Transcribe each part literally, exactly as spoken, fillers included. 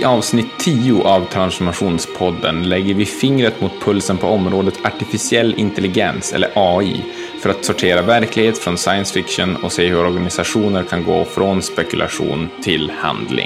I avsnitt tio av Transformationspodden lägger vi fingret mot pulsen på området artificiell intelligens eller A I för att sortera verklighet från science fiction och se hur organisationer kan gå från spekulation till handling.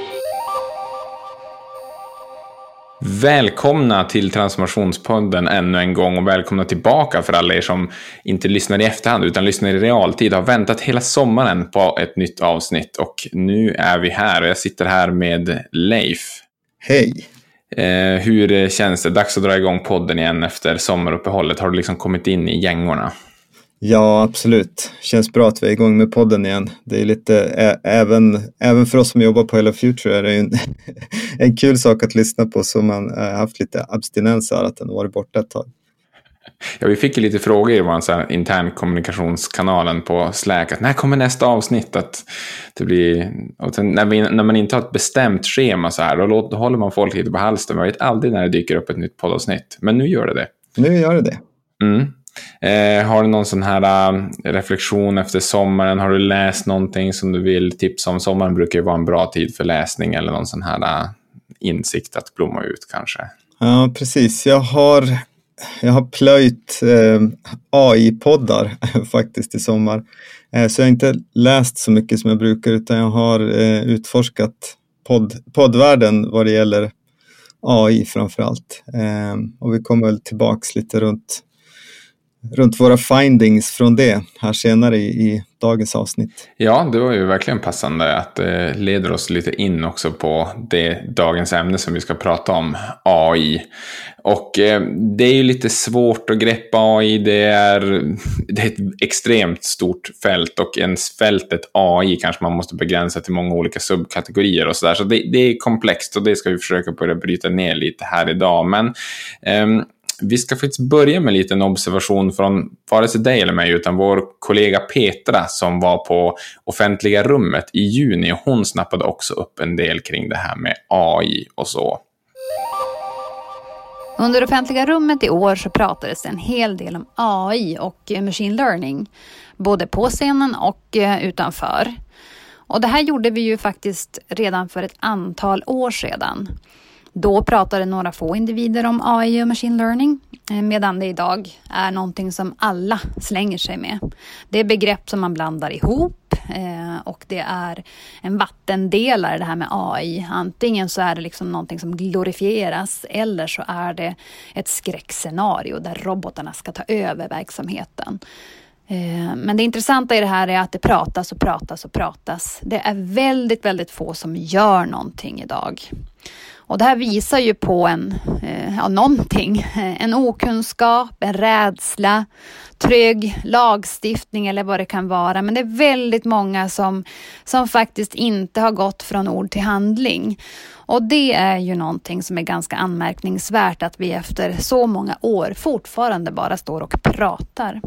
Välkomna till Transformationspodden ännu en gång och välkomna tillbaka för alla er som inte lyssnar i efterhand utan lyssnar i realtid. Har väntat hela sommaren på ett nytt avsnitt och nu är vi här och jag sitter här med Leif. Hej! Eh, hur känns det? Dags att dra igång podden igen efter sommaruppehållet. Har du liksom kommit in i gängorna? Ja, absolut. Känns bra att vi är igång med podden igen. Det är lite, ä- även, även för oss som jobbar på Hello Future är det en, en kul sak att lyssna på som man har haft lite abstinens av att den varit borta ett tag. Ja, vi fick ju lite frågor i vår så här intern kommunikationskanalen på Slack att när kommer nästa avsnitt att det blir och sen, när, vi, när man inte har ett bestämt schema så här då, då håller man folk lite på halsen. Man vet aldrig när det dyker upp ett nytt poddavsnitt, men nu gör det det. Nu gör det det. Mm. Eh, har du någon sån här uh, reflektion efter sommaren? Har du läst någonting som du vill tipsa om? Sommaren brukar ju vara en bra tid för läsning eller någon sån här uh, insikt att blomma ut kanske. Ja, precis. Jag har, jag har plöjt eh, A I-poddar faktiskt i sommar. Eh, så jag har inte läst så mycket som jag brukar utan jag har eh, utforskat podd, poddvärlden vad det gäller A I framförallt. Eh, och vi kommer väl tillbaks lite runt runt våra findings från det här senare i, i dagens avsnitt. Ja, det var ju verkligen passande att det leder oss lite in också på det dagens ämne som vi ska prata om, A I. Och eh, det är ju lite svårt att greppa A I, det är, det är ett extremt stort fält och ens fältet A I kanske man måste begränsa till många olika subkategorier och sådär. Så det, det är komplext och det ska vi försöka börja bryta ner lite här idag. Men eh, vi ska faktiskt börja med en liten observation från vare sig dig eller mig utan vår kollega Petra som var på offentliga rummet i juni och hon snappade också upp en del kring det här med A I och så. Under offentliga rummet i år så pratades det en hel del om A I och machine learning både på scenen och utanför. Och det här gjorde vi ju faktiskt redan för ett antal år sedan. Då pratade några få individer om A I och machine learning, medan det idag är någonting som alla slänger sig med. Det är begrepp som man blandar ihop och det är en vattendelare det här med A I. Antingen så är det liksom någonting som glorifieras eller så är det ett skräckscenario där robotarna ska ta över verksamheten. Men det intressanta i det här är att det pratas och pratas och pratas. Det är väldigt, väldigt få som gör någonting idag. Och det här visar ju på en, ja, någonting, en okunskap, en rädsla, trygg lagstiftning eller vad det kan vara. Men det är väldigt många som, som faktiskt inte har gått från ord till handling. Och det är ju någonting som är ganska anmärkningsvärt att vi efter så många år fortfarande bara står och pratar.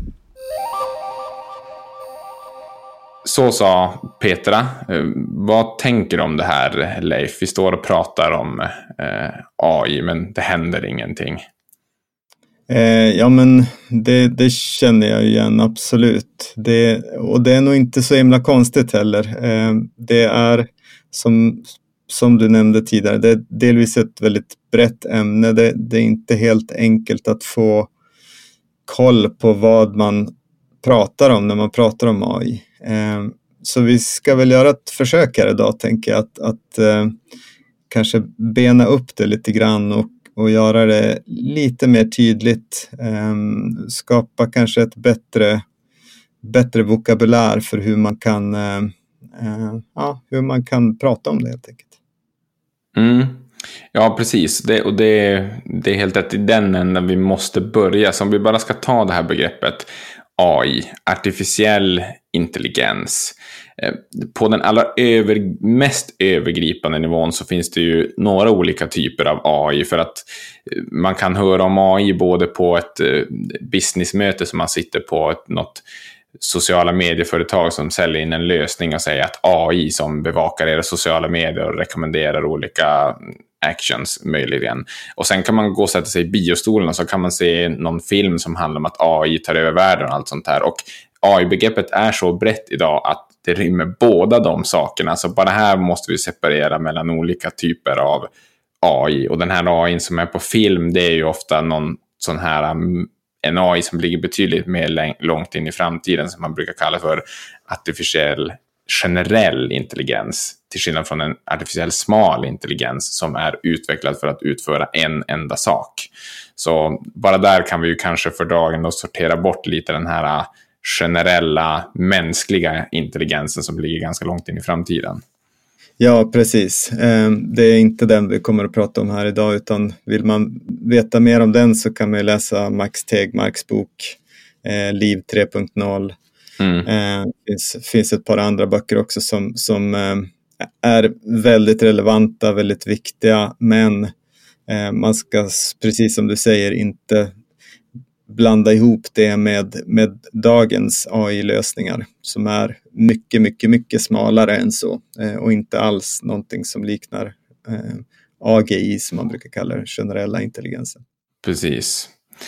Så sa Petra. Vad tänker du om det här, Leif? Vi står och pratar om eh, A I men det händer ingenting. Eh, ja men det, det känner jag igen absolut. Det, och det är nog inte så himla konstigt heller. Eh, det är som, som du nämnde tidigare, det är delvis ett väldigt brett ämne. Det, det är inte helt enkelt att få koll på vad man pratar om när man pratar om A I. Eh, så vi ska väl göra ett försök här idag, tänker jag, att, att eh, kanske bena upp det lite grann och, och göra det lite mer tydligt. Eh, skapa kanske ett bättre, bättre vokabulär för hur man kan, eh, eh, ja, hur man kan prata om det helt enkelt. Mm. Ja, precis. Det, och det, det är helt rätt i den änden vi måste börja. Så om vi bara ska ta det här begreppet A I, artificiell intelligens. På den allra över, mest övergripande nivån så finns det ju några olika typer av A I för att man kan höra om A I både på ett businessmöte som man sitter på ett, något sociala medieföretag som säljer in en lösning och säger att A I som bevakar era sociala medier och rekommenderar olika actions möjligen. Och sen kan man gå och sätta sig i biostolen och så kan man se någon film som handlar om att A I tar över världen och allt sånt här. Och A I-begreppet är så brett idag att det rymmer båda de sakerna. Så bara här måste vi separera mellan olika typer av A I. Och den här A I som är på film, det är ju ofta någon sån här en A I som ligger betydligt mer långt in i framtiden, som man brukar kalla för artificiell generell intelligens, till skillnad från en artificiell smal intelligens som är utvecklad för att utföra en enda sak. Så bara där kan vi ju kanske för dagen då sortera bort lite den här generella mänskliga intelligensen som ligger ganska långt in i framtiden. Ja, precis. Det är inte den vi kommer att prata om här idag, utan vill man veta mer om den så kan man läsa Max Tegmarks bok Liv tre punkt noll. Mm. Det finns, finns ett par andra böcker också som, som är väldigt relevanta, väldigt viktiga, men man ska, precis som du säger, inte blanda ihop det med, med dagens A I-lösningar som är mycket, mycket, mycket smalare än så och inte alls någonting som liknar A G I, som man brukar kalla det, generella intelligensen. Precis.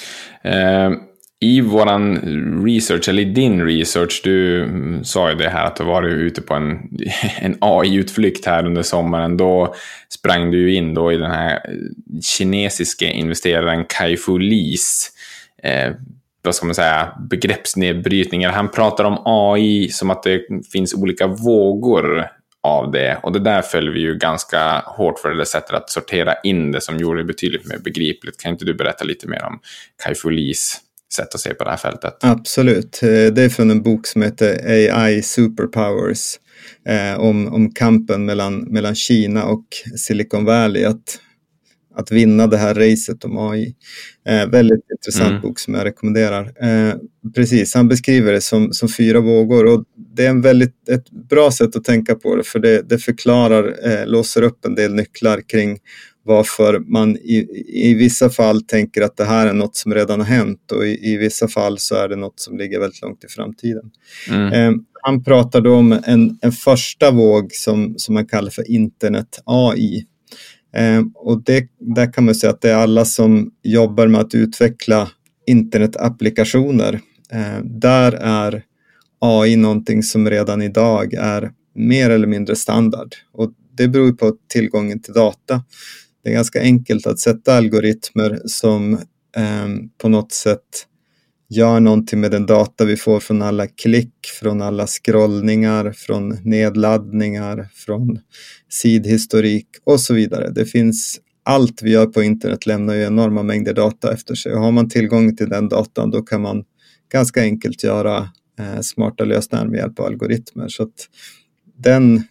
Eh, I våran research, eller i din research, du sa ju det här att du var ute på en, en A I-utflykt här under sommaren. Då sprang du ju in då i den här kinesiska investeraren Kai-Fu Lee's Eh, vad ska man säga, begreppsnedbrytningar. Han pratar om A I som att det finns olika vågor av det, och det där följer vi ju ganska hårt för det sättet att sortera in det, som gjorde det betydligt mer begripligt. Kan inte du berätta lite mer om Kai-Fu Lee's sätt att se på det här fältet? Absolut, det är från en bok som heter A I Superpowers, eh, om, om kampen mellan, mellan Kina och Silicon Valley att att vinna det här racet om A I. Eh, väldigt intressant mm. bok som jag rekommenderar. Eh, precis, han beskriver det som, som fyra vågor, och det är en väldigt, ett bra sätt att tänka på det, för det, det förklarar, eh, låser upp en del nycklar kring varför man i, i vissa fall tänker att det här är något som redan har hänt, och i, i vissa fall så är det något som ligger väldigt långt i framtiden. Mm. Eh, han pratar då om en, en första våg som, som man kallar för internet A I. Eh, och det, där kan man säga att det är alla som jobbar med att utveckla internetapplikationer. Eh, där är A I någonting som redan idag är mer eller mindre standard. Och det beror på tillgången till data. Det är ganska enkelt att sätta algoritmer som eh, på något sätt gör någonting med den data vi får från alla klick, från alla scrollningar, från nedladdningar, från sidhistorik och så vidare. Det finns, allt vi gör på internet lämnar ju enorma mängder data efter sig. Och har man tillgång till den datan, då kan man ganska enkelt göra eh, smarta lösningar med hjälp av algoritmer. Så att den,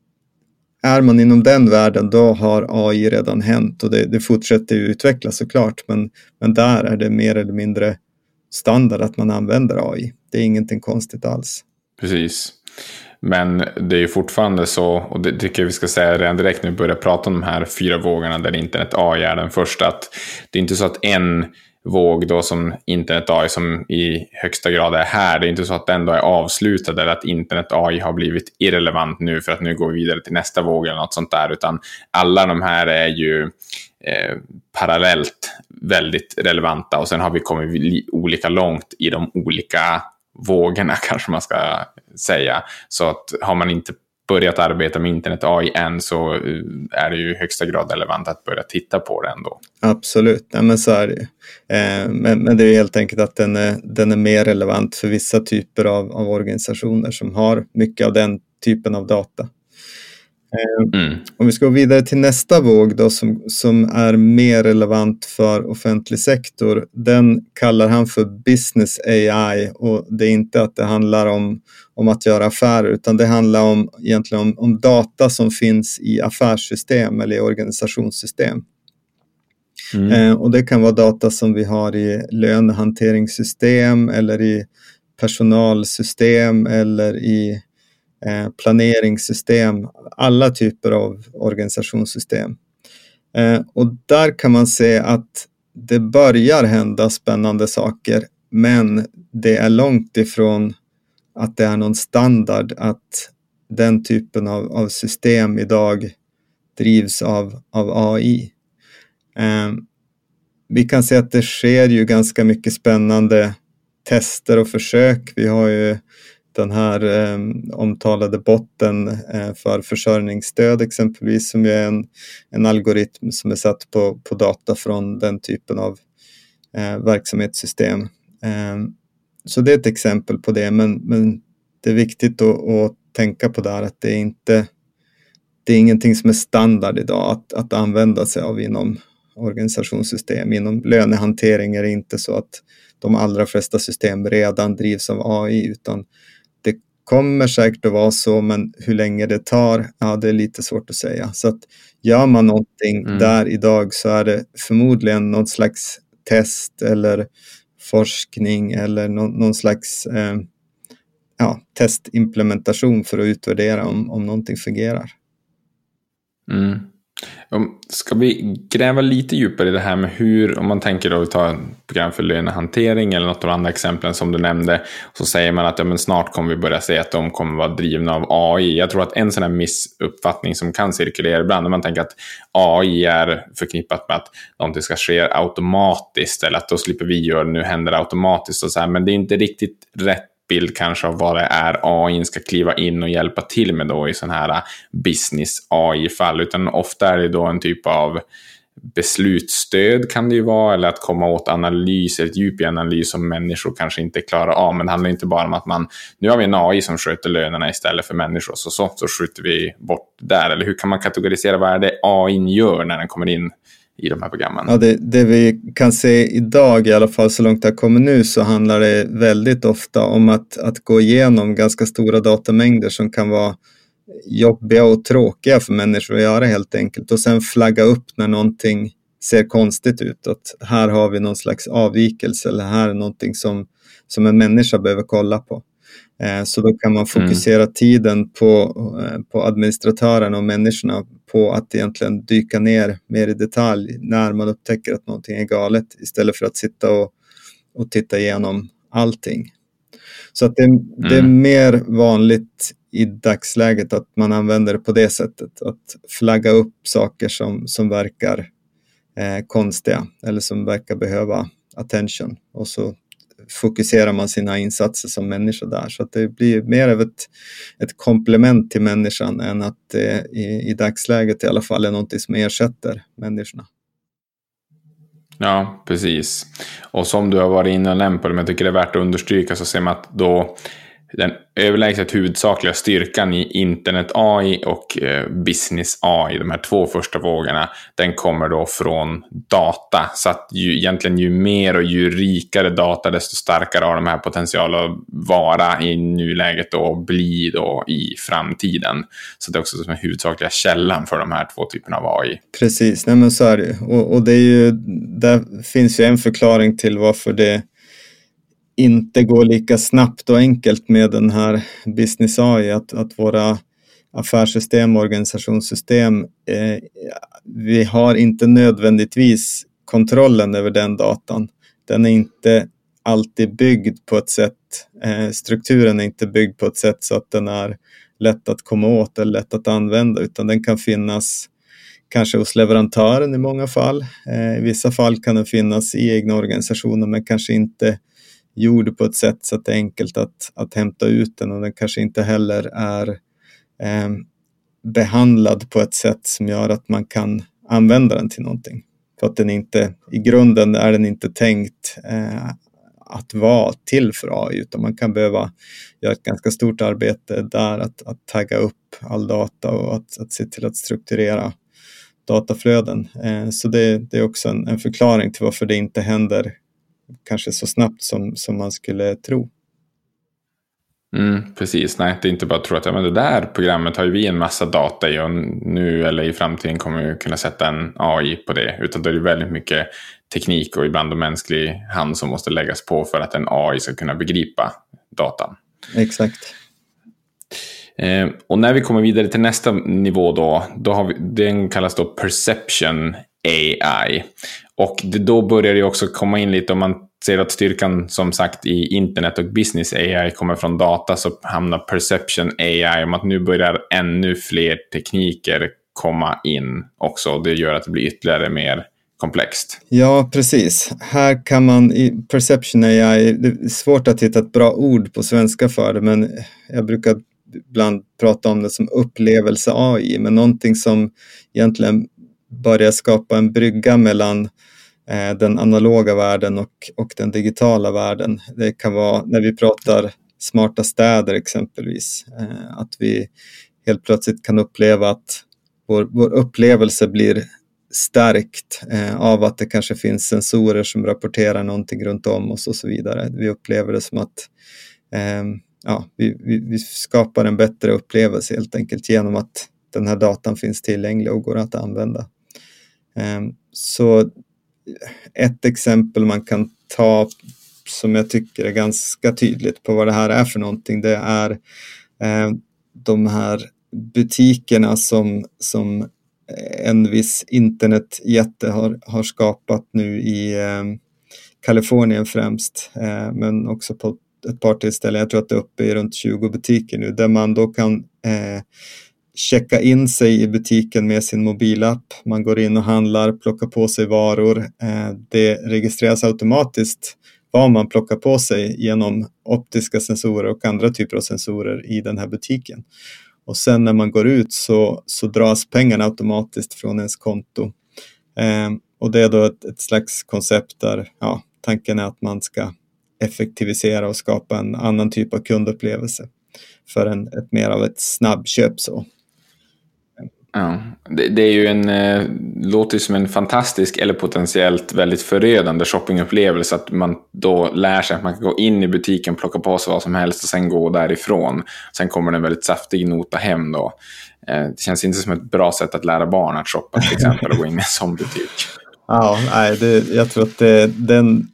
är man inom den världen, då har A I redan hänt, och det, det fortsätter ju utvecklas såklart, men, men där är det mer eller mindre standard att man använder A I. Det är ingenting konstigt alls. Precis. Men det är ju fortfarande så, och det tycker jag vi ska säga redan direkt när vi börjar prata om de här fyra vågorna där internet A I är den första, att det är inte så att en våg då som internet A I som i högsta grad är här, det är inte så att den då är avslutad eller att internet A I har blivit irrelevant nu för att nu går vi vidare till nästa våg eller något sånt där, utan alla de här är ju eh, parallellt väldigt relevanta, och sen har vi kommit olika långt i de olika vågorna, kanske man ska säga. Så att har man inte börjat arbeta med internet A I än, så är det ju i högsta grad relevant att börja titta på det ändå. Absolut, ja, men så är det. Eh, men, men det är helt enkelt att den är, den är mer relevant för vissa typer av, av organisationer som har mycket av den typen av data. Mm. Om vi ska gå vidare till nästa våg då, som, som är mer relevant för offentlig sektor, den kallar han för business A I, och det är inte att det handlar om, om att göra affärer, utan det handlar om, egentligen om, om data som finns i affärssystem eller i organisationssystem. Mm. Eh, och det kan vara data som vi har i lönehanteringssystem eller i personalsystem eller i Eh, planeringssystem, alla typer av organisationssystem. Eh, och där kan man se att det börjar hända spännande saker, men det är långt ifrån att det är någon standard att den typen av, av system idag drivs av, av A I. Eh, vi kan se att det sker ju ganska mycket spännande tester och försök. Vi har ju den här eh, omtalade botten eh, för försörjningsstöd exempelvis, som är en, en algoritm som är satt på, på data från den typen av eh, verksamhetssystem. Eh, så det är ett exempel på det, men, men det är viktigt att, att tänka på där att det är inte det är ingenting som är standard idag att, att använda sig av inom organisationssystem. Inom lönehantering är det inte så att de allra flesta system redan drivs av A I, utan det kommer säkert att vara så, men hur länge det tar, ja, det är lite svårt att säga. Så att gör man någonting mm. där idag så är det förmodligen någon slags test eller forskning eller någon, någon slags eh, ja, testimplementation för att utvärdera om, om någonting fungerar. Mm. Ska vi gräva lite djupare i det här med hur, om man tänker då, vi tar ett program för lönehantering eller något av de andra exemplen som du nämnde, så säger man att ja, men snart kommer vi börja se att de kommer vara drivna av A I. Jag tror att en sån här missuppfattning som kan cirkulera ibland, när man tänker att A I är förknippat med att någonting ska ske automatiskt eller att då slipper vi göra det, nu händer det automatiskt och så här, men det är inte riktigt rätt bild kanske av vad det är A I ska kliva in och hjälpa till med då i sån här business A I-fall, utan ofta är det då en typ av beslutsstöd kan det ju vara, eller att komma åt analys, ett djup i analys som människor kanske inte klarar av. Men det handlar inte bara om att man, nu har vi en A I som sköter lönerna istället för människor, så, så, så skjuter vi bort där. Eller hur kan man kategorisera vad är det A I gör när den kommer in i de här programmen? Ja, det, det vi kan se idag, i alla fall så långt det kommer nu, så handlar det väldigt ofta om att, att gå igenom ganska stora datamängder som kan vara jobbiga och tråkiga för människor att göra helt enkelt, och sen flagga upp när någonting ser konstigt ut, att här har vi någon slags avvikelse eller här är någonting som, som en människa behöver kolla på. Eh, så då kan man fokusera mm. tiden på, eh, på administratörerna och människorna på att egentligen dyka ner mer i detalj när man upptäcker att någonting är galet, istället för att sitta och, och titta igenom allting. Så att det, mm. det är mer vanligt i dagsläget att man använder det på det sättet, att flagga upp saker som, som verkar eh, konstiga eller som verkar behöva attention, och så fokuserar man sina insatser som människa där, så att det blir mer av ett, ett komplement till människan än att det i, i dagsläget i alla fall är något som ersätter människorna. Ja, precis. Och som du har varit inne och nämnt på det, men jag tycker det är värt att understryka, så ser man att då den överlägset huvudsakliga styrkan i internet A I och eh, business A I, de här två första vågorna, den kommer då från data. Så att ju, egentligen ju mer och ju rikare data, desto starkare har de här potential att vara i nuläget och bli då i framtiden. Så det är också som en huvudsakliga källan för de här två typerna av A I. Precis, nej men så är det. Och, och det är ju, där finns ju en förklaring till varför det inte går lika snabbt och enkelt med den här business A I, att, att våra affärssystem och organisationssystem, eh, vi har inte nödvändigtvis kontrollen över den datan. Den är inte alltid byggd på ett sätt, eh, strukturen är inte byggd på ett sätt så att den är lätt att komma åt eller lätt att använda, utan den kan finnas kanske hos leverantören i många fall. Eh, I vissa fall kan den finnas i egna organisationer, men kanske inte gjord på ett sätt så att det är enkelt att, att hämta ut den, och den kanske inte heller är eh, behandlad på ett sätt som gör att man kan använda den till någonting. För att den inte, i grunden är den inte tänkt eh, att vara till för A I, utan man kan behöva göra ett ganska stort arbete där att, att tagga upp all data och att, att se till att strukturera dataflöden. Eh, så det, det är också en, en förklaring till varför det inte händer kanske så snabbt som, som man skulle tro. Mm, precis, nej, det är inte bara att tro att ja, men det där programmet har ju vi en massa data i, och nu eller i framtiden kommer vi kunna sätta en A I på det, utan det är väldigt mycket teknik och ibland en mänsklig hand som måste läggas på för att en A I ska kunna begripa datan. Exakt. Eh, och när vi kommer vidare till nästa nivå då, då har vi, den kallas då Perception A I. Och det, då börjar det också komma in lite, om man ser att styrkan som sagt i internet och business A I kommer från data, så hamnar Perception A I om att nu börjar ännu fler tekniker komma in också. Det gör att det blir ytterligare mer komplext. Ja, precis. Här kan man i Perception A I, det är svårt att hitta ett bra ord på svenska för det, men jag brukar ibland prata om det som upplevelse A I, men någonting som egentligen börjar skapa en brygga mellan eh, den analoga världen och, och den digitala världen. Det kan vara när vi pratar smarta städer exempelvis, eh, att vi helt plötsligt kan uppleva att vår, vår upplevelse blir stärkt eh, av att det kanske finns sensorer som rapporterar någonting runt om oss och så vidare. Vi upplever det som att eh, ja, vi, vi, vi skapar en bättre upplevelse helt enkelt genom att den här datan finns tillgänglig och går att använda. Eh, så ett exempel man kan ta som jag tycker är ganska tydligt på vad det här är för någonting, det är eh, de här butikerna som, som en viss internetjätte har, har skapat nu i eh, Kalifornien främst, eh, men också på ett par tillställen. Jag tror att det är uppe i runt tjugo butiker nu, där man då kan eh, checka in sig i butiken med sin mobilapp. Man går in och handlar, plockar på sig varor. Eh, det registreras automatiskt vad man plockar på sig genom optiska sensorer och andra typer av sensorer i den här butiken. Och sen när man går ut så, så dras pengarna automatiskt från ens konto. Eh, och det är då ett, ett slags koncept där ja, tanken är att man ska effektivisera och skapa en annan typ av kundupplevelse för en, ett mer av ett snabbköp så. Ja, det, det är ju en, eh, låter som en fantastisk eller potentiellt väldigt förödande shoppingupplevelse att man då lär sig att man kan gå in i butiken, plocka på sig vad som helst och sen gå därifrån. Sen kommer det en väldigt saftig nota hem då. Eh, det känns inte som ett bra sätt att lära barn att shoppa till exempel och gå in i en sån butik. Ja, nej, det, jag tror att det, den,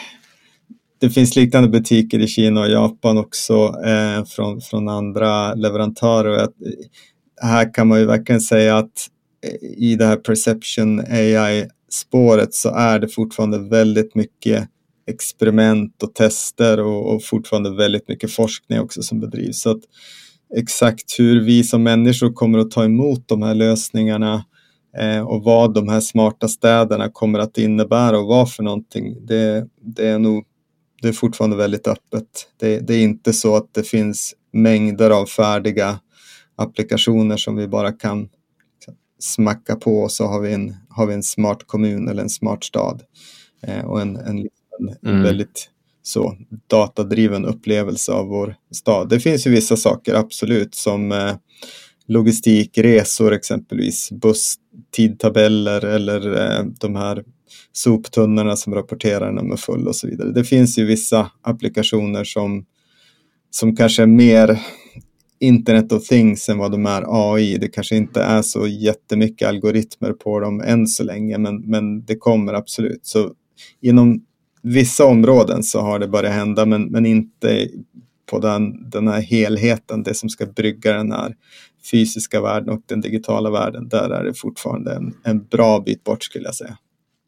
det finns liknande butiker i Kina och Japan också eh, från, från andra leverantörer. Och att, här kan man ju verkligen säga att i det här Perception A I-spåret så är det fortfarande väldigt mycket experiment och tester och, och fortfarande väldigt mycket forskning också som bedrivs. Så att exakt hur vi som människor kommer att ta emot de här lösningarna eh, och vad de här smarta städerna kommer att innebära och vad för någonting, det, det är nog det är fortfarande väldigt öppet. Det, det är inte så att det finns mängder av färdiga applikationer som vi bara kan smacka på och så har vi en, har vi en smart kommun eller en smart stad eh, och en, en, en, en mm. väldigt så datadriven upplevelse av vår stad. Det finns ju vissa saker absolut som eh, logistik, resor exempelvis, busstidtabeller eller eh, de här soptunnorna som rapporterar när de är full och så vidare. Det finns ju vissa applikationer som, som kanske är mer Internet of Things än vad de är A I. Det kanske inte är så jättemycket algoritmer på dem än så länge, men, men det kommer absolut. Så inom vissa områden så har det börjat hända, men, men inte på den, den här helheten, det som ska brygga den här fysiska världen och den digitala världen. Där är det fortfarande en, en bra bit bort skulle jag säga.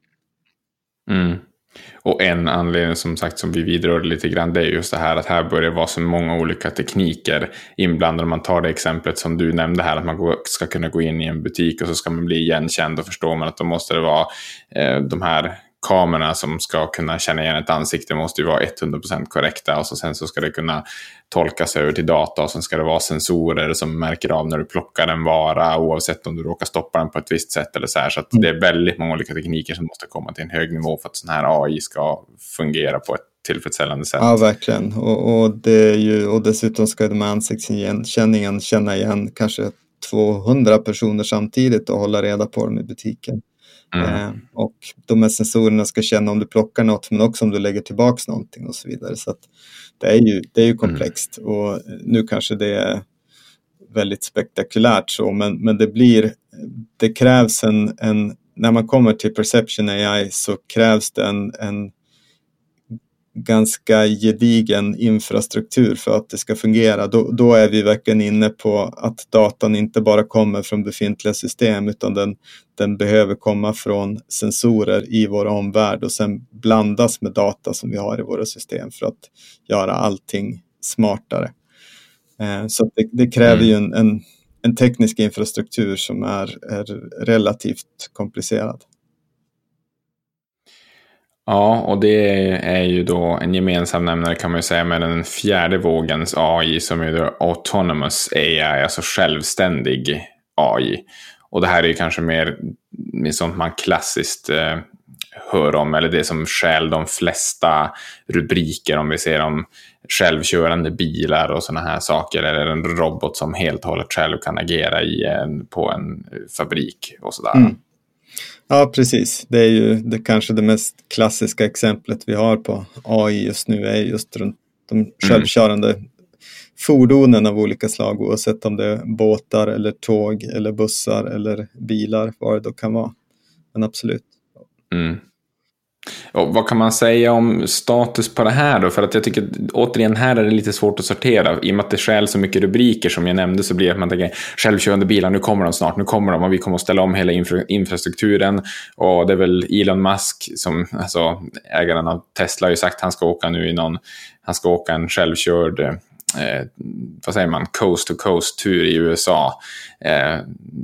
Mm. Och en anledning som sagt som vi vidrörde lite grann, det är just det här att här börjar vara så många olika tekniker inblandade. Om man tar det exemplet som du nämnde här, att man ska kunna gå in i en butik och så ska man bli igenkänd, och förstår man att då måste det vara eh, de här kamerorna som ska kunna känna igen ett ansikte måste ju vara hundra procent korrekta, och så sen så ska det kunna tolkas över till data, och sen ska det vara sensorer som märker av när du plockar en vara oavsett om du råkar stoppa den på ett visst sätt eller så här. Så att det är väldigt många olika tekniker som måste komma till en hög nivå för att sån här A I ska fungera på ett tillfredsställande sätt. Ja, verkligen. Och, och, det är ju, och dessutom ska de ansiktskänningen känna igen kanske tvåhundra personer samtidigt och hålla reda på dem i butiken. Mm. Eh, och de här sensorerna ska känna om du plockar något, men också om du lägger tillbaks någonting och så vidare. Så att det är ju, det är ju komplext. Mm. Och nu kanske det är väldigt spektakulärt så, men, men det blir, det krävs en, en, när man kommer till Perception A I så krävs det en, en ganska gedigen infrastruktur för att det ska fungera. Då, då är vi verkligen inne på att datan inte bara kommer från befintliga system, utan den, den behöver komma från sensorer i vår omvärld och sen blandas med data som vi har i våra system för att göra allting smartare. Eh, så det, det kräver ju en, en, en teknisk infrastruktur som är, är relativt komplicerad. Ja, och det är ju då en gemensam nämnare kan man ju säga med den fjärde vågens A I som är då Autonomous A I, alltså självständig A I. Och det här är ju kanske mer, mer sånt man klassiskt eh, hör om, eller det som stjäl de flesta rubriker om vi ser om självkörande bilar och såna här saker, eller en robot som helt och hållet själv kan agera i en, på en fabrik och sådär. Mm. Ja, precis. Det är ju det kanske det mest klassiska exemplet vi har på A I just nu är just runt de självkörande mm. fordonen av olika slag, oavsett om det är båtar eller tåg eller bussar eller bilar, vad det då kan vara. Men absolut. Mm. Och vad kan man säga om status på det här då? För att jag tycker återigen här är det lite svårt att sortera. I och med att det skäl så mycket rubriker som jag nämnde, så blir det att man tänker självkörande bilar, nu kommer de snart, nu kommer de och vi kommer att ställa om hela infra- infrastrukturen. Och det är väl Elon Musk som, alltså ägaren av Tesla, har ju sagt att han ska åka nu i någon, han ska åka en självkörd eh, vad säger man, coast to coast tur i U S A eh,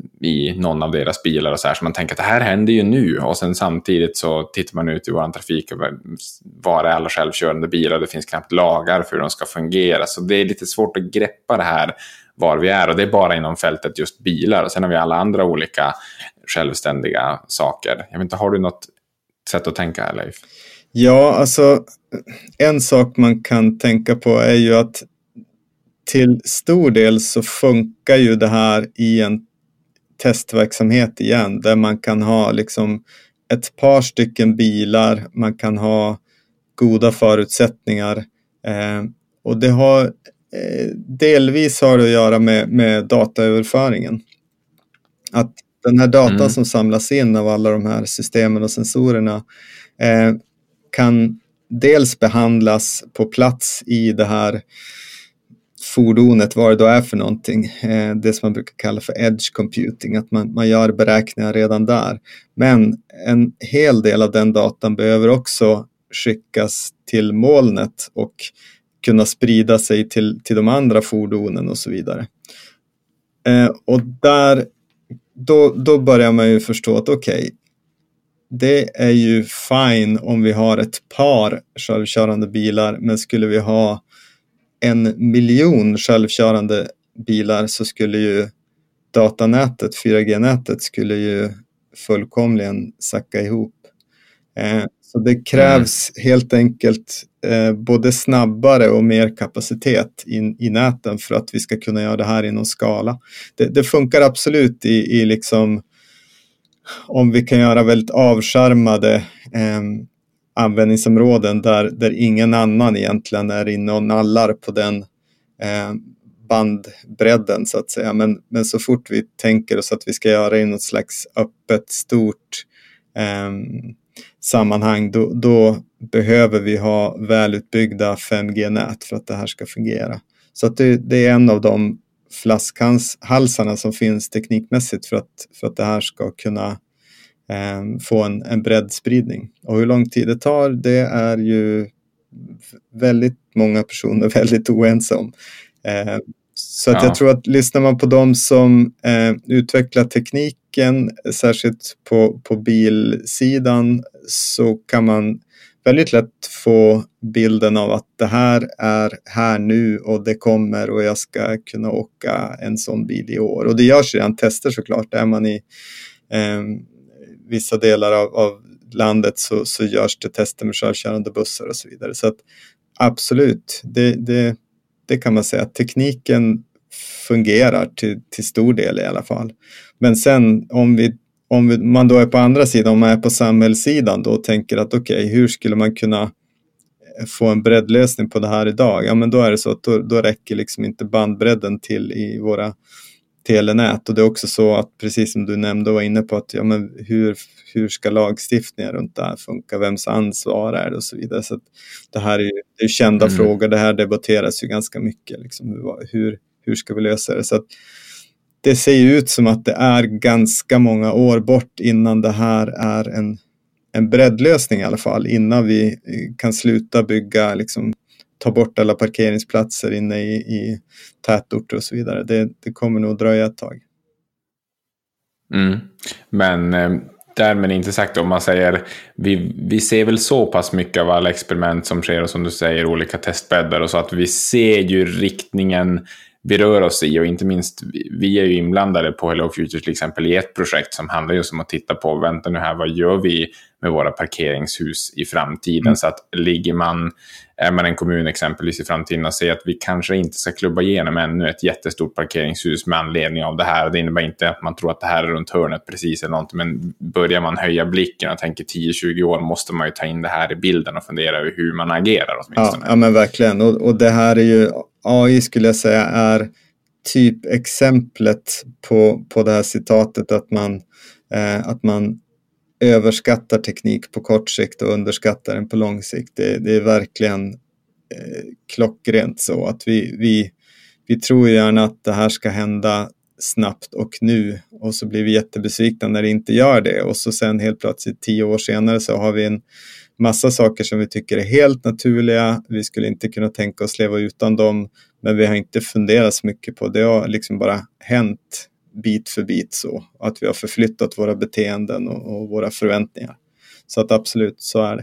i någon av deras bilar och så här, så man tänker att det här händer ju nu, och sen samtidigt så tittar man ut i våran trafik och var är alla självkörande bilar, det finns knappt lagar för hur de ska fungera, så det är lite svårt att greppa det här var vi är, och det är bara inom fältet just bilar, och sen har vi alla andra olika självständiga saker. Jag vet inte, har du något sätt att tänka här, Leif? Ja, alltså en sak man kan tänka på är ju att till stor del så funkar ju det här i en testverksamhet igen, där man kan ha liksom ett par stycken bilar, man kan ha goda förutsättningar eh, och det har eh, delvis har det att göra med, med dataöverföringen. Att den här datan mm. som samlas in av alla de här systemen och sensorerna eh, kan dels behandlas på plats i det här fordonet, vad det då är för någonting, eh, det som man brukar kalla för edge computing, att man, man gör beräkningar redan där. Men en hel del av den datan behöver också skickas till molnet och kunna sprida sig till, till de andra fordonen och så vidare. Eh, och där, då, då börjar man ju förstå att okej, okay, det är ju fine om vi har ett par självkörande bilar, men skulle vi ha en miljon självkörande bilar så skulle ju datanätet, fyra G-nätet skulle ju fullkomligen sacka ihop. Eh, så det krävs mm. helt enkelt eh, både snabbare och mer kapacitet in, i näten för att vi ska kunna göra det här i någon skala. Det, det funkar absolut i, i liksom, om vi kan göra väldigt avskärmade eh, användningsområden där, där ingen annan egentligen är inne och nallar på den eh, bandbredden så att säga. Men, men så fort vi tänker oss att vi ska göra i något slags öppet, stort eh, sammanhang, då, då behöver vi ha välutbyggda fem G-nät för att det här ska fungera. Så att det, det är en av de flaskhalsarna som finns teknikmässigt för att, för att det här ska kunna få en, en bredd spridning. Och hur lång tid det tar, det är ju väldigt många personer väldigt oense om. Eh, så att ja. jag tror att lyssnar man på dem som eh, utvecklar tekniken, särskilt på, på bilsidan, så kan man väldigt lätt få bilden av att det här är här nu och det kommer och jag ska kunna åka en sån bil i år. Och det görs redan tester såklart. Är man i eh, vissa delar av, av landet så, så görs det tester med självkörande bussar och så vidare. Så att absolut, det, det, det kan man säga att tekniken fungerar till, till stor del i alla fall. Men sen om, vi, om vi, man då är på andra sidan, om man är på samhällssidan då och tänker att okej, okay, hur skulle man kunna få en breddlösning på det här idag? Ja, men då är det så att då, då räcker liksom inte bandbredden till i våra telenät. Och det är också så att, precis som du nämnde och var inne på, att ja, men hur, hur ska lagstiftningen runt det här funka? Vems ansvar är det och så vidare. Så att det här är ju det är kända mm. frågor. Det här debatteras ju ganska mycket. Liksom, hur, hur ska vi lösa det? Så att det ser ju ut som att det är ganska många år bort innan det här är en, en breddlösning i alla fall. Innan vi kan sluta bygga, liksom, ta bort alla parkeringsplatser inne i, i tätorter och så vidare. Det, det kommer nog dröja ett tag. Mm. Men eh, därmed inte sagt, om man säger, vi, vi ser väl så pass mycket av alla experiment som sker och som du säger, olika testbäddar och så, att vi ser ju riktningen vi rör oss i, och inte minst vi är ju inblandade på Hello Future till exempel i ett projekt som handlar just om att titta på, vänta nu här, vad gör vi med våra parkeringshus i framtiden? Mm. Så att ligger man, är man en kommun exempelvis i framtiden och säger att vi kanske inte ska klubba igenom ännu ett jättestort parkeringshus med anledning av det här. Det innebär inte att man tror att det här är runt hörnet precis eller någonting, men börjar man höja blicken och tänker tio till tjugo år, måste man ju ta in det här i bilden och fundera över hur man agerar åtminstone. Ja, ja men verkligen. Och, och det här är ju, A I skulle jag säga är typ exemplet på, på det här citatet att man, eh, att man överskattar teknik på kort sikt och underskattar den på lång sikt. Det, det är verkligen eh, klockrent så att vi, vi, vi tror gärna att det här ska hända snabbt och nu, och så blir vi jättebesvikna när det inte gör det, och så sen helt plötsligt tio år senare så har vi en massa saker som vi tycker är helt naturliga. Vi skulle inte kunna tänka oss leva utan dem, men vi har inte funderat så mycket på det. Det har liksom bara hänt bit för bit så. Att vi har förflyttat våra beteenden och, och våra förväntningar. Så att absolut, så är det.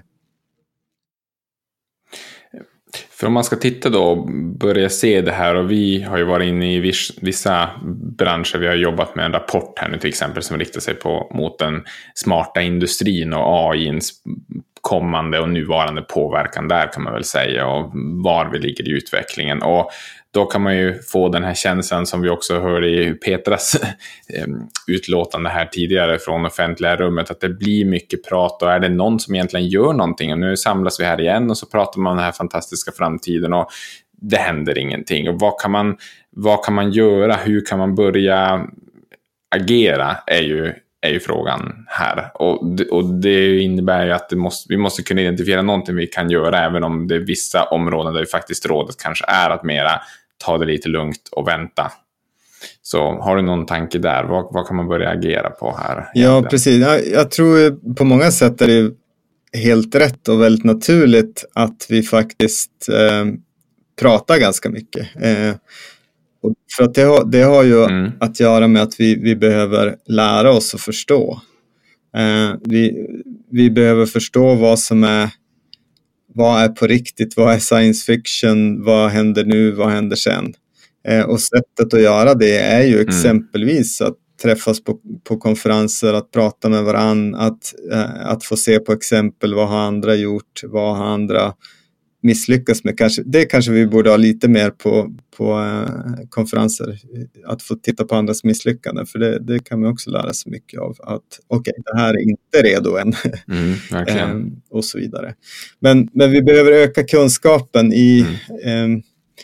För om man ska titta då och börja se det här, och vi har ju varit inne i vissa branscher, vi har jobbat med en rapport här nu till exempel som riktar sig på, mot den smarta industrin och A I:ns kommande och nuvarande påverkan där kan man väl säga, och var vi ligger i utvecklingen. Och då kan man ju få den här känslan som vi också hörde i Petras utlåtande här tidigare från offentliga rummet, att det blir mycket prat, och är det någon som egentligen gör någonting? Och nu samlas vi här igen och så pratar man om den här fantastiska framtiden och det händer ingenting. Och vad kan man, vad kan man göra? Hur kan man börja agera är ju är ju frågan här. Och det, och det innebär ju att det måste, vi måste kunna identifiera någonting vi kan göra, även om det är vissa områden där vi faktiskt rådet kanske är att mera ta det lite lugnt och vänta. Så har du någon tanke där? Vad, vad kan man börja agera på här? Ja, precis. Jag, jag tror på många sätt är det helt rätt och väldigt naturligt att vi faktiskt eh, pratar ganska mycket. Eh, och för att det har, det har ju mm. att göra med att vi, vi behöver lära oss att förstå. Eh, vi, vi behöver förstå vad som är, vad är på riktigt, vad är science fiction, vad händer nu, vad händer sen. Eh, och sättet att göra det är ju mm. exempelvis att träffas på, på konferenser, att prata med varann, att, eh, att få se på exempel, vad har andra gjort, vad har andra misslyckas med. Kanske, det kanske vi borde ha lite mer på, på eh, konferenser, att få titta på andras misslyckanden, för det, det kan man också lära sig mycket av, att okej, okay, det här är inte redo än. Mm, verkligen. eh, och så vidare. Men, men vi behöver öka kunskapen i mm. eh,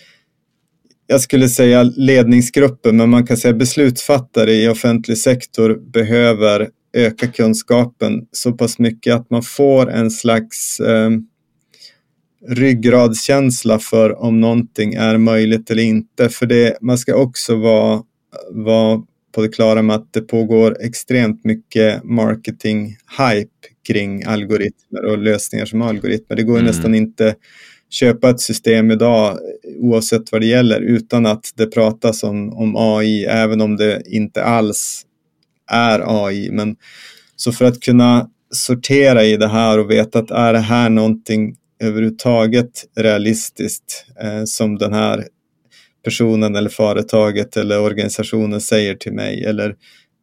jag skulle säga ledningsgrupper, men man kan säga beslutsfattare i offentlig sektor behöver öka kunskapen så pass mycket att man får en slags eh, ryggradskänsla för om någonting är möjligt eller inte. För det, man ska också vara, vara på det klara med att det pågår extremt mycket marketing-hype kring algoritmer och lösningar som algoritmer. Det går mm. nästan inte köpa ett system idag oavsett vad det gäller utan att det pratas om, om A I, även om det inte alls är A I. Men så för att kunna sortera i det här och veta att är det här någonting överhuvudtaget realistiskt eh, som den här personen eller företaget eller organisationen säger till mig, eller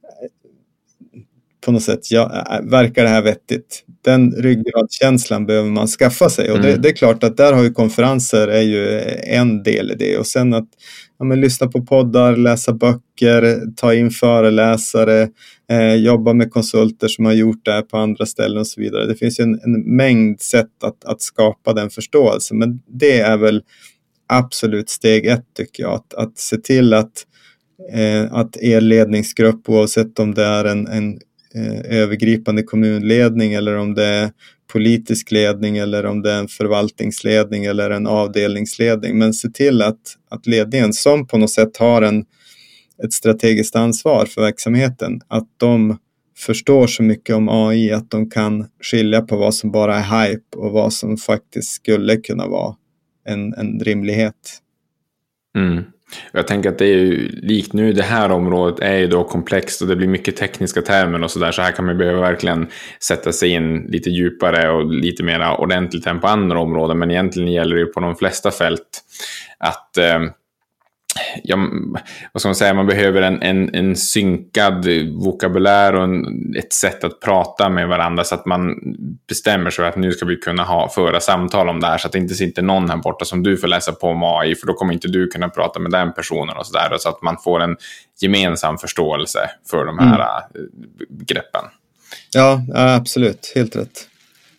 på något sätt, ja, verkar det här vettigt? Den ryggradskänslan behöver man skaffa sig. Och mm. det, det är klart att där har ju konferenser är ju en del i det. Och sen att ja, men, lyssna på poddar, läsa böcker, ta in föreläsare, eh, jobba med konsulter som har gjort det här på andra ställen och så vidare. Det finns ju en, en mängd sätt att, att skapa den förståelsen. Men det är väl absolut steg ett, tycker jag. Att, att se till att, eh, att er ledningsgrupp, oavsett om det är en, en övergripande kommunledning eller om det är politisk ledning eller om det är en förvaltningsledning eller en avdelningsledning, men se till att, att ledningen som på något sätt har en, ett strategiskt ansvar för verksamheten, att de förstår så mycket om A I att de kan skilja på vad som bara är hype och vad som faktiskt skulle kunna vara en, en rimlighet. Mm. Jag tänker att det är ju likt nu, det här området är ju då komplext och det blir mycket tekniska termer och sådär, så här kan man behöva verkligen sätta sig in lite djupare och lite mer ordentligt än på andra områden, men egentligen gäller det ju på de flesta fält att eh, ja, vad ska man säga, man behöver en, en, en synkad vokabulär och en, ett sätt att prata med varandra så att man bestämmer sig att nu ska vi kunna ha, föra samtal om det här, så att det inte sitter någon här borta som du får läsa på om A I, för då kommer inte du kunna prata med den personen och sådär, så att man får en gemensam förståelse för de här mm. begreppen. Ja, absolut, helt rätt.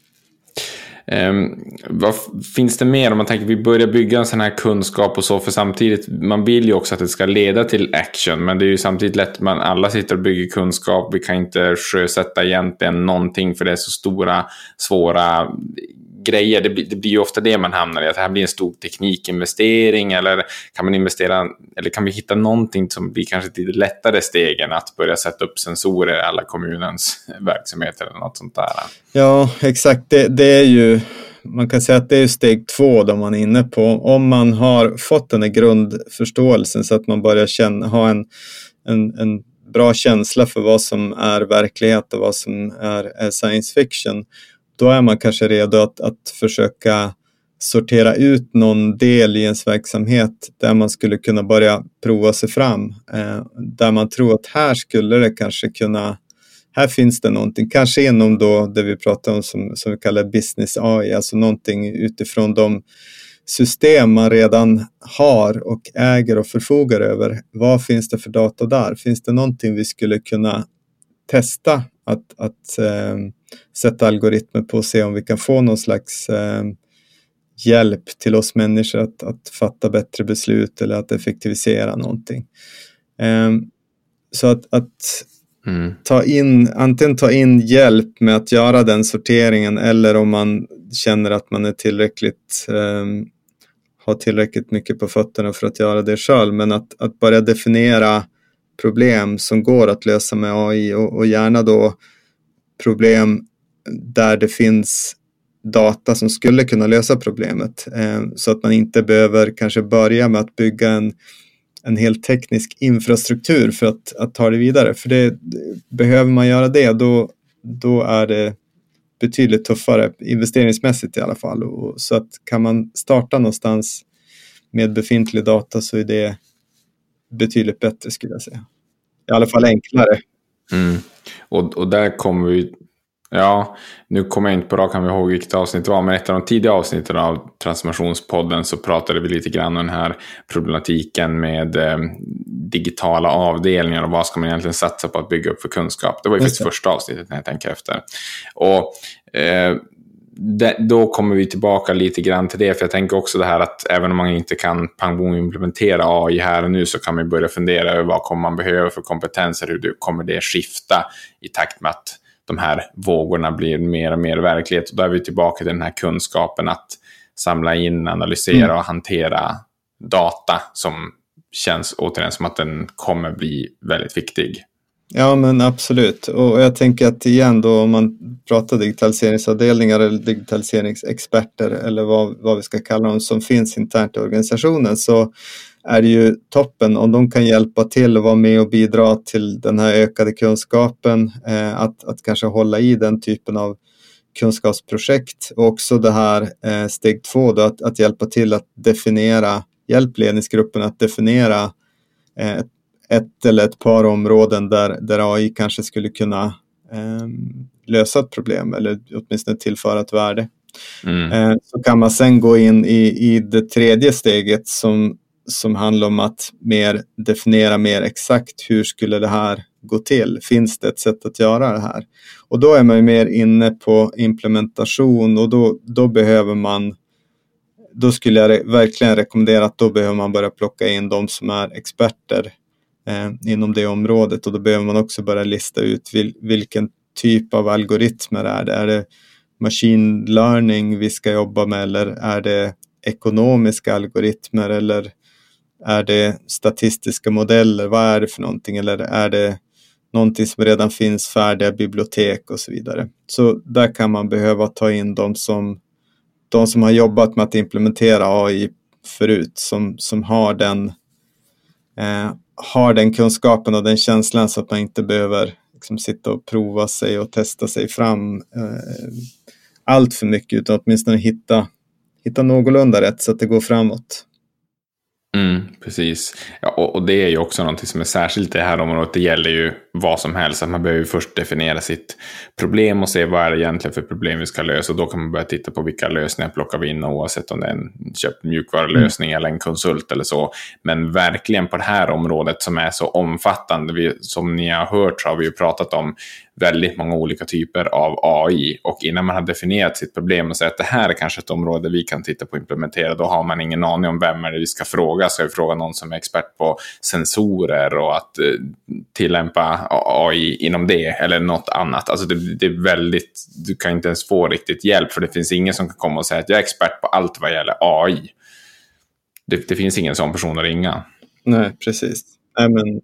Um, vad finns det mer om man tänker vi börjar bygga en sån här kunskap och så, för samtidigt man vill ju också att det ska leda till action, men det är ju samtidigt lätt, man alla sitter och bygger kunskap, vi kan inte sjösätta egentligen någonting för det är så stora svåra grejer, det blir, det blir ju ofta det man hamnar i, att det här blir en stor teknikinvestering, eller kan man investera, eller kan vi hitta någonting som blir kanske ett lite lättare steg än att börja sätta upp sensorer i alla kommunens verksamheter eller något sånt där. Ja, exakt, det, det är ju, man kan säga att det är steg två då man är inne på, om man har fått den här grundförståelsen så att man börjar känna, ha en, en, en bra känsla för vad som är verklighet och vad som är, är science fiction. Då är man kanske redo att, att försöka sortera ut någon del i ens verksamhet där man skulle kunna börja prova sig fram. Eh, där man tror att här skulle det kanske kunna, här finns det någonting. Kanske inom då det vi pratar om som, som vi kallar business A I. Alltså någonting utifrån de system man redan har och äger och förfogar över. Vad finns det för data där? Finns det någonting vi skulle kunna testa att, att eh, sätta algoritmer på och se om vi kan få någon slags eh, hjälp till oss människor att, att fatta bättre beslut eller att effektivisera någonting. Eh, så att, att mm. ta in, antingen ta in hjälp med att göra den sorteringen, eller om man känner att man är tillräckligt eh, har tillräckligt mycket på fötterna för att göra det själv, men att, att börja definiera problem som går att lösa med A I och, och gärna då problem där det finns data som skulle kunna lösa problemet, eh, så att man inte behöver kanske börja med att bygga en, en helt teknisk infrastruktur för att, att ta det vidare, för det, behöver man göra det då, då är det betydligt tuffare investeringsmässigt i alla fall, och, så att kan man starta någonstans med befintlig data så är det betydligt bättre, skulle jag säga. I alla fall enklare. Mm. Och, och där kommer vi, ja, nu kommer jag inte på rak arm ihåg vilket avsnitt det var, men ett av de tidiga avsnitten av Transformationspodden så pratade vi lite grann om den här problematiken med eh, digitala avdelningar och vad ska man egentligen satsa på att bygga upp för kunskap. Det var ju faktiskt första avsnittet när jag tänker efter. Och eh, det, då kommer vi tillbaka lite grann till det, för jag tänker också det här att även om man inte kan pang implementera A I här och nu, så kan man börja fundera över vad kommer man behöva för kompetenser, hur kommer det skifta i takt med att de här vågorna blir mer och mer verklighet. Och då är vi tillbaka till den här kunskapen att samla in, analysera mm. och hantera data som känns återigen som att den kommer bli väldigt viktig. Ja, men absolut. Och jag tänker att igen då, om man pratar digitaliseringsavdelningar eller digitaliseringsexperter eller vad, vad vi ska kalla dem som finns internt i organisationen, så är det ju toppen om de kan hjälpa till och vara med och bidra till den här ökade kunskapen, eh, att, att kanske hålla i den typen av kunskapsprojekt, och också det här eh, steg två då, att, att hjälpa till att definiera, hjälp ledningsgruppen att definiera eh, ett eller ett par områden där, där A I kanske skulle kunna eh, lösa ett problem eller åtminstone tillföra ett värde. Mm. Eh, så kan man sen gå in i, i det tredje steget som, som handlar om att mer definiera mer exakt hur skulle det här gå till. Finns det ett sätt att göra det här? Och då är man ju mer inne på implementation, och då, då behöver man då skulle jag re- verkligen rekommendera att då behöver man börja plocka in de som är experter eh, inom det området, och då behöver man också börja lista ut vil- vilken typ av algoritmer är det. Är det machine learning vi ska jobba med, eller är det ekonomiska algoritmer, eller är det statistiska modeller? Vad är det för någonting? Eller är det någonting som redan finns, färdiga bibliotek och så vidare? Så där kan man behöva ta in de som, de som har jobbat med att implementera A I förut, som, som har den eh, har den kunskapen och den känslan så att man inte behöver liksom sitta och prova sig och testa sig fram eh, allt för mycket, utan åtminstone hitta, hitta någorlunda rätt så att det går framåt. Mm, precis. Ja, och, och det är ju också någonting som är särskilt i det här området. Det gäller ju vad som helst. Att man behöver först definiera sitt problem och se vad är det egentligen för problem vi ska lösa. Och då kan man börja titta på vilka lösningar plockar vi in, oavsett om det är en köpt mjukvarulösning mm. eller en konsult eller så. Men verkligen på det här området som är så omfattande. Vi, som ni har hört så har vi ju pratat om väldigt många olika typer av A I, och innan man har definierat sitt problem och säger att det här är kanske ett område vi kan titta på och implementera, då har man ingen aning om vem är det vi ska fråga. Ska vi fråga någon som är expert på sensorer och att eh, tillämpa A I inom det, eller något annat? Alltså det, det är väldigt, du kan inte ens få riktigt hjälp, för det finns ingen som kan komma och säga att jag är expert på allt vad gäller A I. Det, det finns ingen sån person att ringa. Nej, precis. Nej, men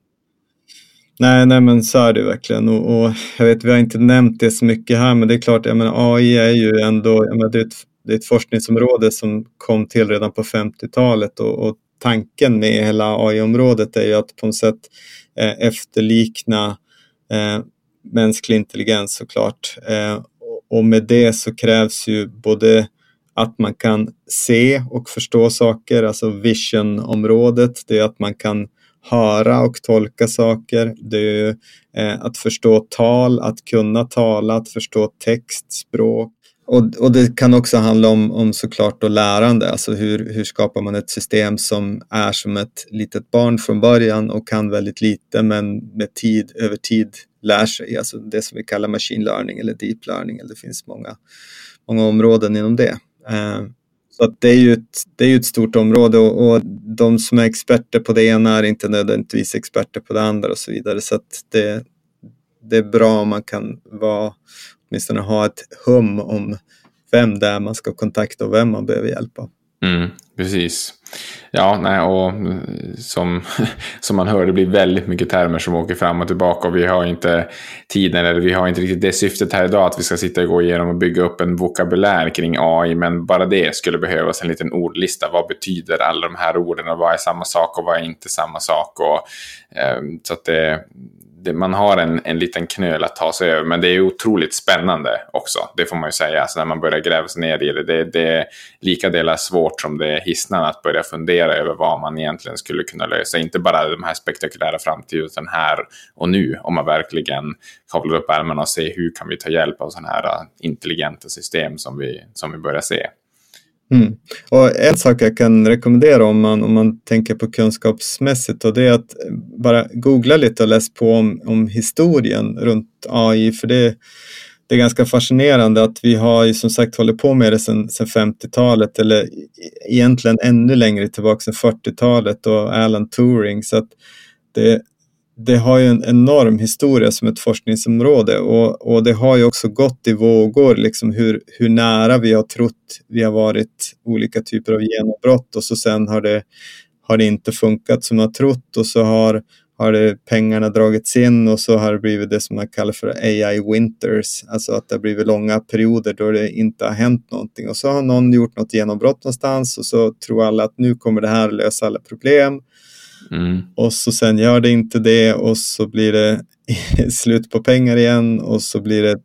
Nej, nej men så är det verkligen, och, och jag vet vi har inte nämnt det så mycket här, men det är klart, jag menar, A I är ju ändå, jag menar, det, är ett, det är ett forskningsområde som kom till redan på femtiotalet, och, och tanken med hela A I-området är ju att på något sätt eh, efterlikna eh, mänsklig intelligens såklart, eh, och, och med det så krävs ju både att man kan se och förstå saker, alltså vision-området, det är att man kan höra och tolka saker, det är ju eh, att förstå tal, att kunna tala, att förstå text, språk. Och, och det kan också handla om, om såklart då lärande, alltså hur, hur skapar man ett system som är som ett litet barn från början och kan väldigt lite, men med tid, över tid lär sig, alltså det som vi kallar machine learning eller deep learning, eller det finns många, många områden inom det. Eh, Så att det är ju ett, det är ju ett stort område, och, och de som är experter på det ena är inte nödvändigtvis experter på det andra och så vidare. Så att det, det är bra om man kan vara, åtminstone ha ett hum om vem det är man ska kontakta och vem man behöver hjälpa. Mm, precis. Ja, nej, och som, som man hör, det blir väldigt mycket termer som åker fram och tillbaka, och vi har inte tiden, eller vi har inte riktigt det syftet här idag att vi ska sitta och gå igenom och bygga upp en vokabulär kring A I, men bara det skulle behövas en liten ordlista. Vad betyder alla de här orden, och vad är samma sak och vad är inte samma sak? Och, eh, så att det, det, man har en, en liten knöl att ta sig över, men det är otroligt spännande också, det får man ju säga. Alltså när man börjar gräva sig ner i det, det, det är lika delar svårt som det är hisnande att börja fundera över vad man egentligen skulle kunna lösa. Inte bara de här spektakulära framtid, utan här och nu, om man verkligen kavlar upp ärmarna och ser hur kan vi ta hjälp av sådana här intelligenta system som vi, som vi börjar se. Mm. Och en sak jag kan rekommendera om man, om man tänker på kunskapsmässigt, och det är att bara googla lite och läsa på om, om historien runt A I, för det, det är ganska fascinerande att vi har ju som sagt hållit på med det sedan, sedan femtiotalet, eller egentligen ännu längre tillbaka sedan fyrtiotalet och Alan Turing, så att det Det har ju en enorm historia som ett forskningsområde, och, och det har ju också gått i vågor liksom hur, hur nära vi har trott vi har varit olika typer av genombrott, och så sen har det, har det inte funkat som man har trott, och så har, har det pengarna dragits in, och så har det blivit det som man kallar för A I winters, alltså att det har blivit långa perioder då det inte har hänt någonting, och så har någon gjort något genombrott någonstans, och så tror alla att nu kommer det här lösa alla problem. Mm. Och så sen gör det inte det, och så blir det slut på pengar igen, och så blir det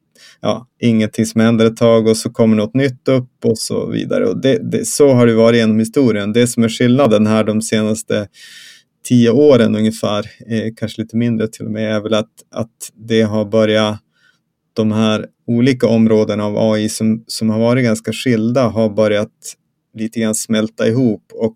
ja, ingenting som händer ett tag, och så kommer något nytt upp och så vidare. Och det, det, så har det varit genom historien. Det som är skillnaden här de senaste tio åren ungefär, eh, kanske lite mindre till och med, är väl att, att det har börjat, de här olika områdena av A I som, som har varit ganska skilda har börjat lite grann smälta ihop, och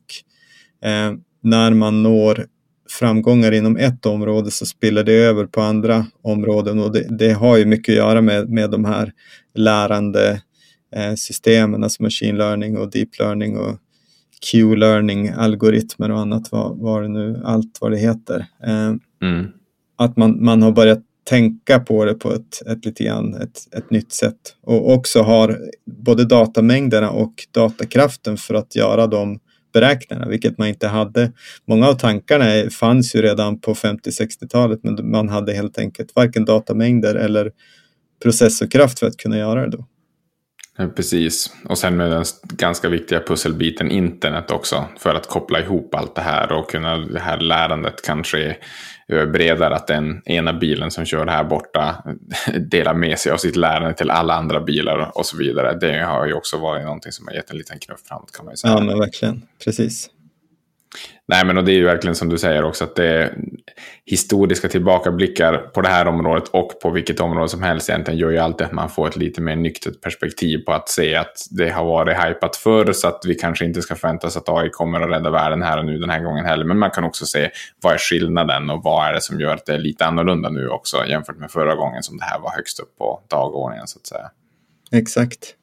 eh, när man når framgångar inom ett område så spiller det över på andra områden, och det, det har ju mycket att göra med, med de här lärande eh, systemen, alltså machine learning och deep learning och Q-learning, algoritmer och annat, vad, vad det nu, allt vad det heter. Eh, mm. Att man, man har börjat tänka på det på ett, ett lite grann ett, ett nytt sätt, och också har både datamängderna och datakraften för att göra de beräkningarna, vilket man inte hade. Många av tankarna fanns ju redan på femtio-sextiotalet, men man hade helt enkelt varken datamängder eller processorkraft för att kunna göra det då. Precis, och sen med den ganska viktiga pusselbiten internet också för att koppla ihop allt det här och kunna det här lärandet kanske är bredare, att den ena bilen som kör här borta delar med sig av sitt lärande till alla andra bilar och så vidare. Det har ju också varit någonting som har gett en liten knuff framåt, kan man ju säga. Ja, men verkligen, precis. Nej, men och det är ju verkligen som du säger också, att det är historiska tillbakablickar på det här området och på vilket område som helst egentligen gör ju alltid att man får ett lite mer nyktert perspektiv på att se att det har varit hypat förr, så att vi kanske inte ska förvänta oss att A I kommer att rädda världen här och nu den här gången heller. Men man kan också se vad är skillnaden och vad är det som gör att det är lite annorlunda nu också jämfört med förra gången som det här var högst upp på dagordningen, så att säga. Exakt.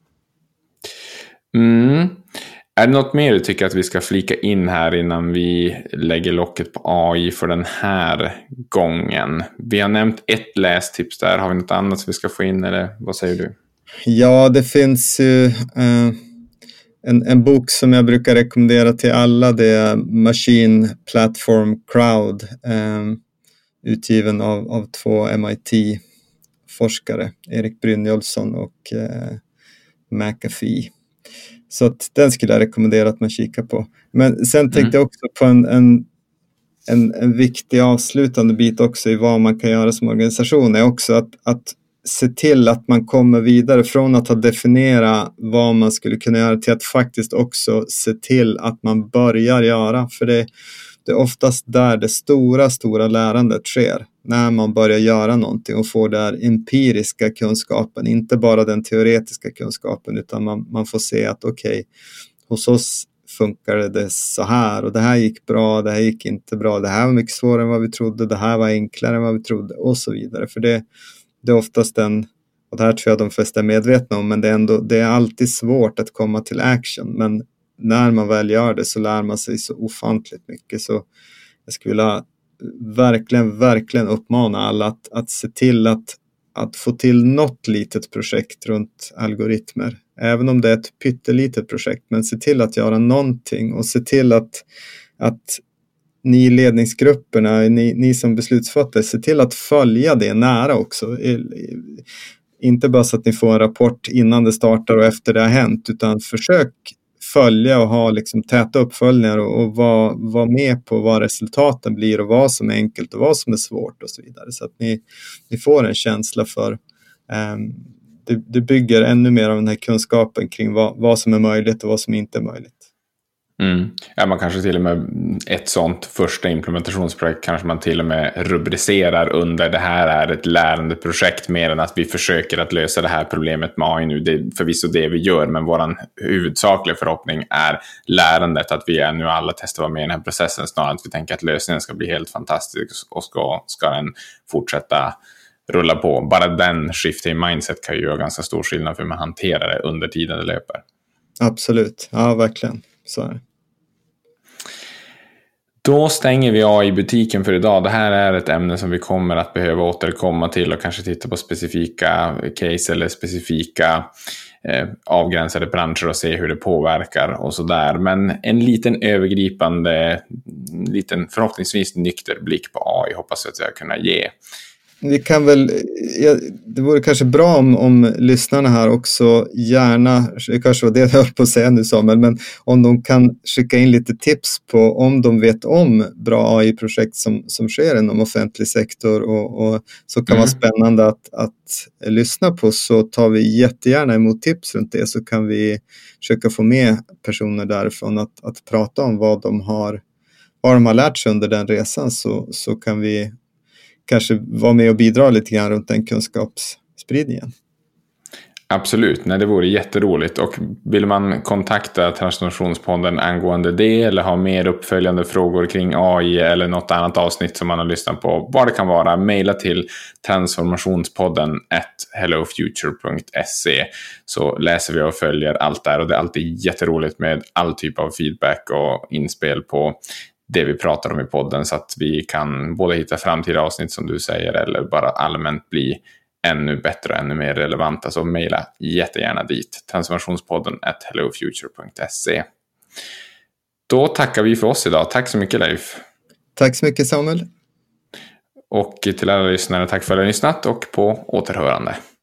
Mm. Är det något mer du tycker att vi ska flika in här innan vi lägger locket på A I för den här gången? Vi har nämnt ett lästips där. Har vi något annat som vi ska få in, eller vad säger du? Ja, det finns ju uh, en, en bok som jag brukar rekommendera till alla. Det är Machine Platform Crowd, uh, utgiven av, av två M I T-forskare, Erik Brynjolfsson och uh, McAfee. Så att den skulle jag rekommendera att man kikar på. Men sen tänkte mm. jag också på en, en, en, en viktig avslutande bit också i vad man kan göra som organisation, är också att, att se till att man kommer vidare från att ha definierat vad man skulle kunna göra till att faktiskt också se till att man börjar göra. För det, det är oftast där det stora, stora lärandet sker. När man börjar göra någonting och får den empiriska kunskapen, inte bara den teoretiska kunskapen, utan man, man får se att okej, okay, hos oss funkar det så här och det här gick bra, det här gick inte bra, det här var mycket svårare än vad vi trodde, det här var enklare än vad vi trodde och så vidare. För det, det är oftast den, och det här tror jag de flesta är medvetna om, men det är, ändå, det är alltid svårt att komma till action, men när man väl gör det så lär man sig så ofantligt mycket. Så jag skulle vilja verkligen, verkligen uppmana alla att, att se till att, att få till något litet projekt runt algoritmer. Även om det är ett pyttelitet projekt, men se till att göra någonting och se till att, att ni i ledningsgrupperna, ni, ni som beslutsfattare, se till att följa det nära också. Inte bara så att ni får en rapport innan det startar och efter det har hänt, utan försök följa och ha liksom täta uppföljningar och, och vara var med på vad resultaten blir och vad som är enkelt och vad som är svårt och så vidare. Så att ni, ni får en känsla för um, det, det bygger ännu mer av den här kunskapen kring vad, vad som är möjligt och vad som inte är möjligt. Mm. Ja, man kanske till och med ett sånt första implementationsprojekt kanske man till och med rubricerar under det här är ett lärandeprojekt mer än att vi försöker att lösa det här problemet med A I nu. Det är förvisso det vi gör, men våran huvudsakliga förhoppning är lärandet, att vi är nu alla testar vara med i den här processen snarare än att vi tänker att lösningen ska bli helt fantastisk och ska, ska den fortsätta rulla på. Bara den skiften i mindset kan ju göra ganska stor skillnad för hur man hanterar det under tiden det löper. Absolut, ja verkligen, så är det. Då stänger vi A I-butiken för idag. Det här är ett ämne som vi kommer att behöva återkomma till och kanske titta på specifika case eller specifika eh, avgränsade branscher och se hur det påverkar och sådär. Men en liten övergripande, liten förhoppningsvis nykter blick på A I hoppas jag att jag kunna ge. Vi kan väl, ja, det vore kanske bra om, om lyssnarna här också gärna, det kanske var det jag höll på att säga nu Samuel, men om de kan skicka in lite tips på om de vet om bra A I-projekt som, som sker inom offentlig sektor och, och så kan mm. vara spännande att, att lyssna på, så tar vi jättegärna emot tips runt det, så kan vi försöka få med personer därifrån att, att prata om vad de har, vad de har lärt sig under den resan, så, så kan vi kanske vara med och bidra lite grann runt den kunskapsspridningen. Absolut, nej, det vore jätteroligt. Och vill man kontakta Transformationspodden angående det eller ha mer uppföljande frågor kring A I eller något annat avsnitt som man har lyssnat på, vad det kan vara, mejla till transformationspodden at hellofuture punkt se, så läser vi och följer allt där, och det är alltid jätteroligt med all typ av feedback och inspel på det vi pratar om i podden, så att vi kan både hitta framtida avsnitt som du säger eller bara allmänt bli ännu bättre och ännu mer relevanta. Så mejla jättegärna dit, transformationspodden at hellofuture punkt se. Då tackar vi för oss idag. Tack så mycket Leif. Tack så mycket Samuel. Och till alla lyssnare, tack för att ni har lyssnat och på återhörande.